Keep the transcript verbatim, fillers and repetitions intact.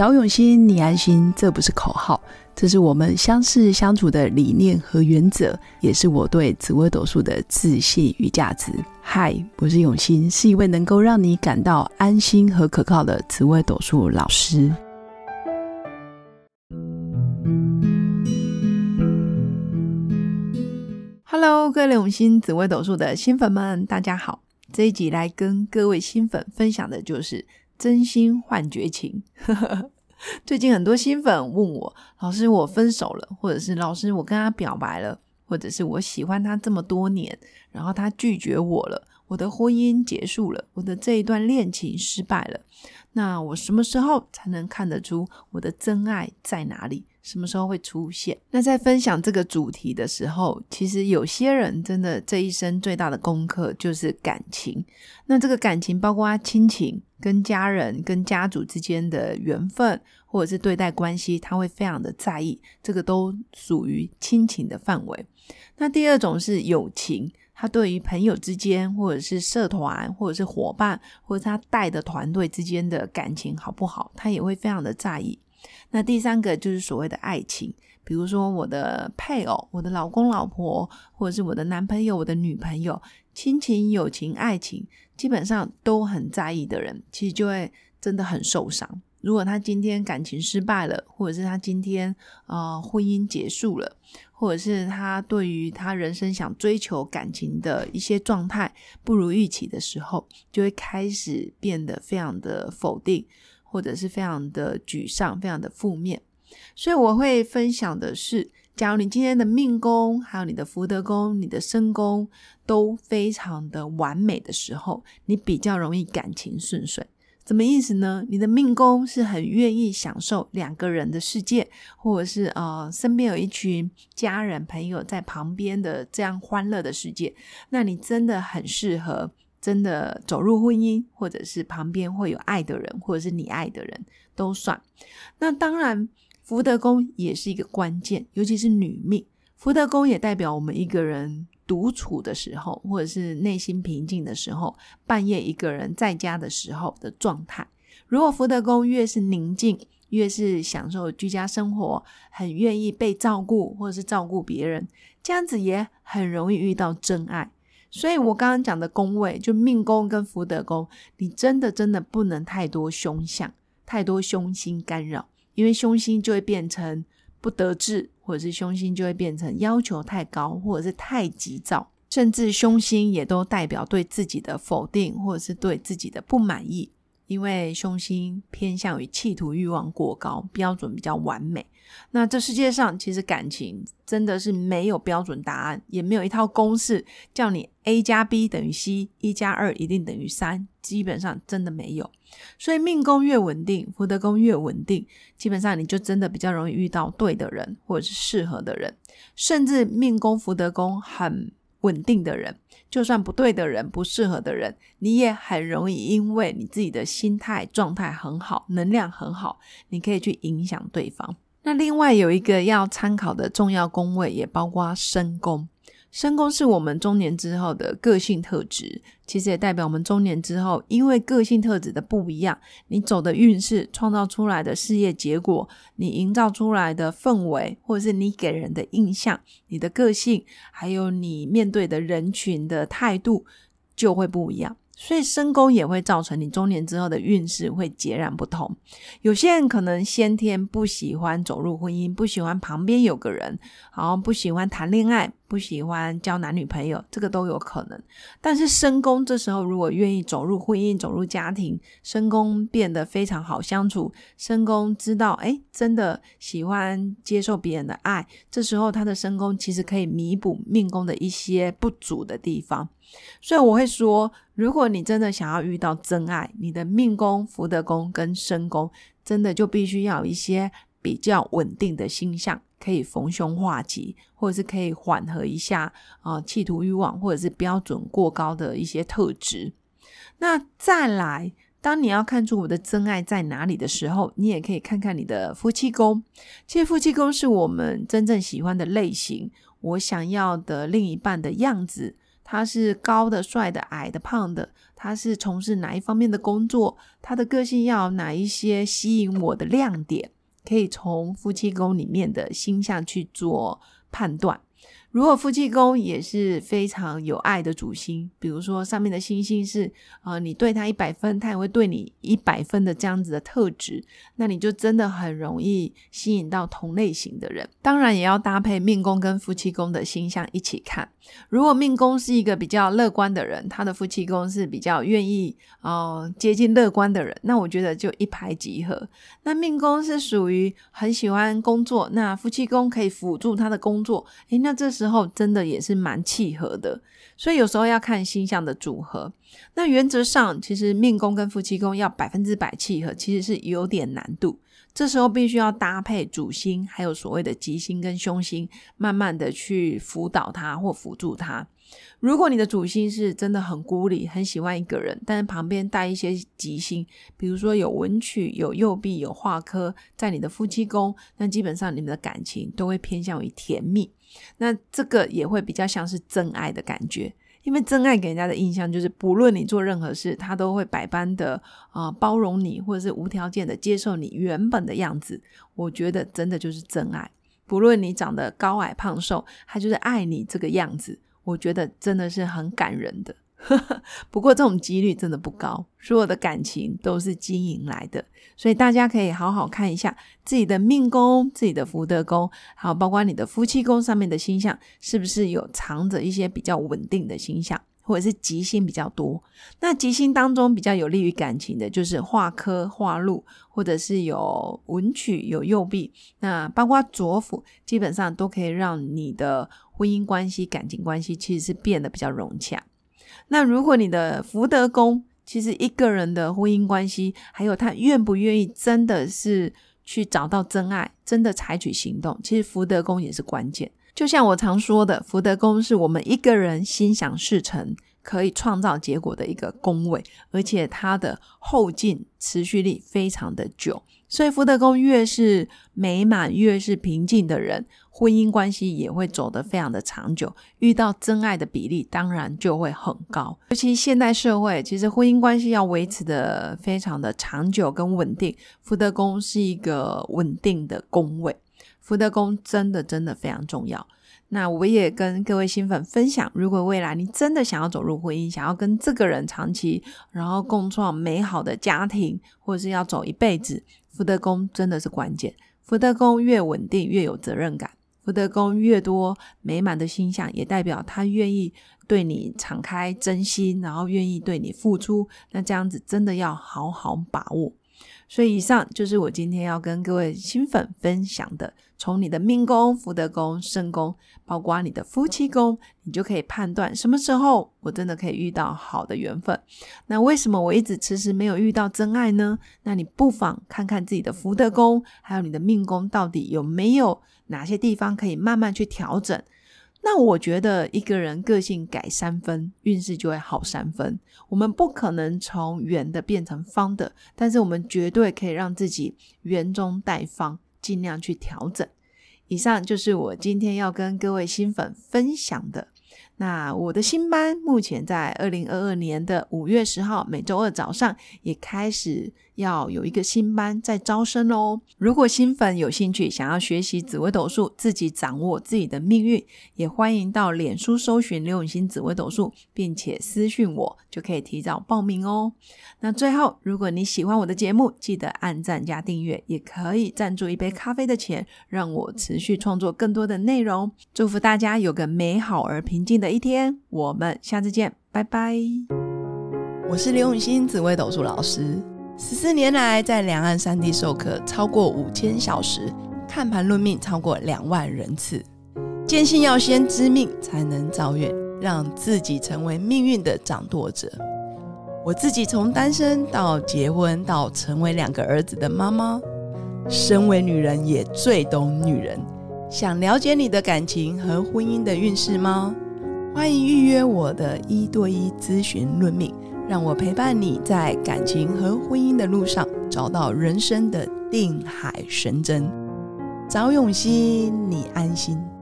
找永新，你安心，这不是口号，这是我们相识相处的理念和原则，也是我对紫微斗数的自信与价值。嗨，我是永新，是一位能够让你感到安心和可靠的紫微斗数老师。Hello， 各位永新紫微斗数的新粉们，大家好。这一集来跟各位新粉分享的就是真心换绝情。最近很多新粉问我，老师我分手了，或者是老师我跟他表白了，或者是我喜欢他这么多年，然后他拒绝我了，我的婚姻结束了，我的这一段恋情失败了，那我什么时候才能看得出我的真爱在哪里？什么时候会出现？那在分享这个主题的时候，其实有些人真的这一生最大的功课就是感情。那这个感情包括亲情、跟家人、跟家族之间的缘分，或者是对待关系，他会非常的在意，这个都属于亲情的范围。那第二种是友情，他对于朋友之间，或者是社团，或者是伙伴，或者是他带的团队之间的感情好不好，他也会非常的在意。那第三个就是所谓的爱情，比如说我的配偶、我的老公老婆，或者是我的男朋友、我的女朋友，亲情、友情、爱情基本上都很在意的人，其实就会真的很受伤。如果他今天感情失败了，或者是他今天呃婚姻结束了，或者是他对于他人生想追求感情的一些状态不如预期的时候，就会开始变得非常的否定，或者是非常的沮丧，非常的负面。所以我会分享的是，假如你今天的命宫还有你的福德宫、你的身宫都非常的完美的时候，你比较容易感情顺遂。什么意思呢？你的命宫是很愿意享受两个人的世界，或者是呃身边有一群家人朋友在旁边的这样欢乐的世界，那你真的很适合真的走入婚姻，或者是旁边会有爱的人，或者是你爱的人都算。那当然福德宫也是一个关键，尤其是女命，福德宫也代表我们一个人独处的时候，或者是内心平静的时候，半夜一个人在家的时候的状态。如果福德宫越是宁静，越是享受居家生活，很愿意被照顾或者是照顾别人，这样子也很容易遇到真爱。所以我刚刚讲的宫位，就命宫跟福德宫，你真的真的不能太多凶相，太多凶星干扰，因为凶星就会变成不得志，或者是凶星就会变成要求太高，或者是太急躁，甚至凶星也都代表对自己的否定，或者是对自己的不满意。因为凶星偏向于企图欲望过高，标准比较完美。那这世界上其实感情真的是没有标准答案，也没有一套公式叫你 A 加 B 等于 C， 一加二一定等于三，基本上真的没有。所以命宫越稳定，福德宫越稳定，基本上你就真的比较容易遇到对的人，或者是适合的人。甚至命宫福德宫很稳定的人，就算不对的人，不适合的人，你也很容易因为你自己的心态状态很好，能量很好，你可以去影响对方。那另外有一个要参考的重要宫位也包括身宫。身宫是我们中年之后的个性特质，其实也代表我们中年之后因为个性特质的不一样，你走的运势，创造出来的事业结果，你营造出来的氛围，或者是你给人的印象，你的个性，还有你面对的人群的态度就会不一样。所以身宫也会造成你中年之后的运势会截然不同。有些人可能先天不喜欢走入婚姻，不喜欢旁边有个人，然后不喜欢谈恋爱，不喜欢交男女朋友，这个都有可能。但是身宫这时候如果愿意走入婚姻，走入家庭，身宫变得非常好相处，身宫知道诶真的喜欢接受别人的爱，这时候他的身宫其实可以弥补命宫的一些不足的地方。所以我会说，如果你真的想要遇到真爱，你的命宫、福德宫跟身宫真的就必须要有一些比较稳定的星象，可以逢凶化吉，或者是可以缓和一下呃企图欲望，或者是标准过高的一些特质。那再来，当你要看出我的真爱在哪里的时候，你也可以看看你的夫妻宫。其实夫妻宫是我们真正喜欢的类型，我想要的另一半的样子，他是高的、帅的、矮的、胖的， 他是从事哪一方面的工作，他的个性要有哪一些吸引我的亮点，可以从夫妻宫里面的星象去做判断。如果夫妻宫也是非常有爱的主星，比如说上面的星星是呃，你对他一百分，他也会对你一百分的这样子的特质，那你就真的很容易吸引到同类型的人。当然也要搭配命宫跟夫妻宫的星象一起看。如果命宫是一个比较乐观的人，他的夫妻宫是比较愿意呃接近乐观的人，那我觉得就一拍即合。那命宫是属于很喜欢工作，那夫妻宫可以辅助他的工作，诶，那这时候真的也是蛮契合的。所以有时候要看星象的组合。那原则上其实命宫跟夫妻宫要百分之百契合其实是有点难度，这时候必须要搭配主星还有所谓的吉星跟凶星，慢慢的去辅导他或辅助他。如果你的主星是真的很孤立，很喜欢一个人，但是旁边带一些吉星，比如说有文曲、有右弼、有化科在你的夫妻宫，那基本上你们的感情都会偏向于甜蜜，那这个也会比较像是真爱的感觉。因为真爱给人家的印象就是不论你做任何事，他都会百般的、呃、包容你，或者是无条件的接受你原本的样子。我觉得真的就是真爱，不论你长得高矮胖瘦，他就是爱你这个样子，我觉得真的是很感人的。不过这种几率真的不高，所有的感情都是经营来的，所以大家可以好好看一下自己的命宫、自己的福德宫，还有包括你的夫妻宫上面的星象是不是有藏着一些比较稳定的星象，或者是吉星比较多。那吉星当中比较有利于感情的就是化科、化禄，或者是有文曲、有右弼，那包括左辅，基本上都可以让你的婚姻关系、感情关系其实是变得比较融洽。那如果你的福德宫，其实一个人的婚姻关系还有他愿不愿意真的是去找到真爱，真的采取行动，其实福德宫也是关键。就像我常说的，福德宫是我们一个人心想事成可以创造结果的一个宫位，而且它的后劲持续力非常的久，所以福德宫越是美满越是平静的人，婚姻关系也会走得非常的长久，遇到真爱的比例当然就会很高。尤其现代社会其实婚姻关系要维持的非常的长久跟稳定，福德宫是一个稳定的宫位，福德宫真的真的非常重要。那我也跟各位新粉分享，如果未来你真的想要走入婚姻，想要跟这个人长期然后共创美好的家庭，或者是要走一辈子，福德宫真的是关键。福德宫越稳定越有责任感，福德宫越多美满的星象，也代表他愿意对你敞开真心，然后愿意对你付出，那这样子真的要好好把握。所以以上就是我今天要跟各位新粉分享的，从你的命宫、福德宫、身宫，包括你的夫妻宫，你就可以判断什么时候我真的可以遇到好的缘分。那为什么我一直迟迟没有遇到真爱呢？那你不妨看看自己的福德宫还有你的命宫到底有没有哪些地方可以慢慢去调整。那我觉得一个人个性改三分，运势就会好三分。我们不可能从圆的变成方的，但是我们绝对可以让自己圆中带方，尽量去调整。以上就是我今天要跟各位新粉分享的。那我的新班目前在二零二二年的五月十号每周二早上也开始要有一个新班在招生哦。如果新粉有兴趣想要学习紫微斗数，自己掌握自己的命运，也欢迎到脸书搜寻刘永新紫微斗数，并且私讯我，就可以提早报名哦。那最后，如果你喜欢我的节目，记得按赞加订阅，也可以赞助一杯咖啡的钱，让我持续创作更多的内容。祝福大家有个美好而平静的一天，我们下次见，拜拜。我是刘永新紫微斗数老师，十四年来在两岸三地授课超过五千小时，看盘论命超过两万人次，坚信要先知命才能造运，让自己成为命运的掌舵者。我自己从单身到结婚到成为两个儿子的妈妈，身为女人也最懂女人。想了解你的感情和婚姻的运势吗？欢迎预约我的一对一咨询论命，让我陪伴你在感情和婚姻的路上找到人生的定海神针。找永熙，你安心。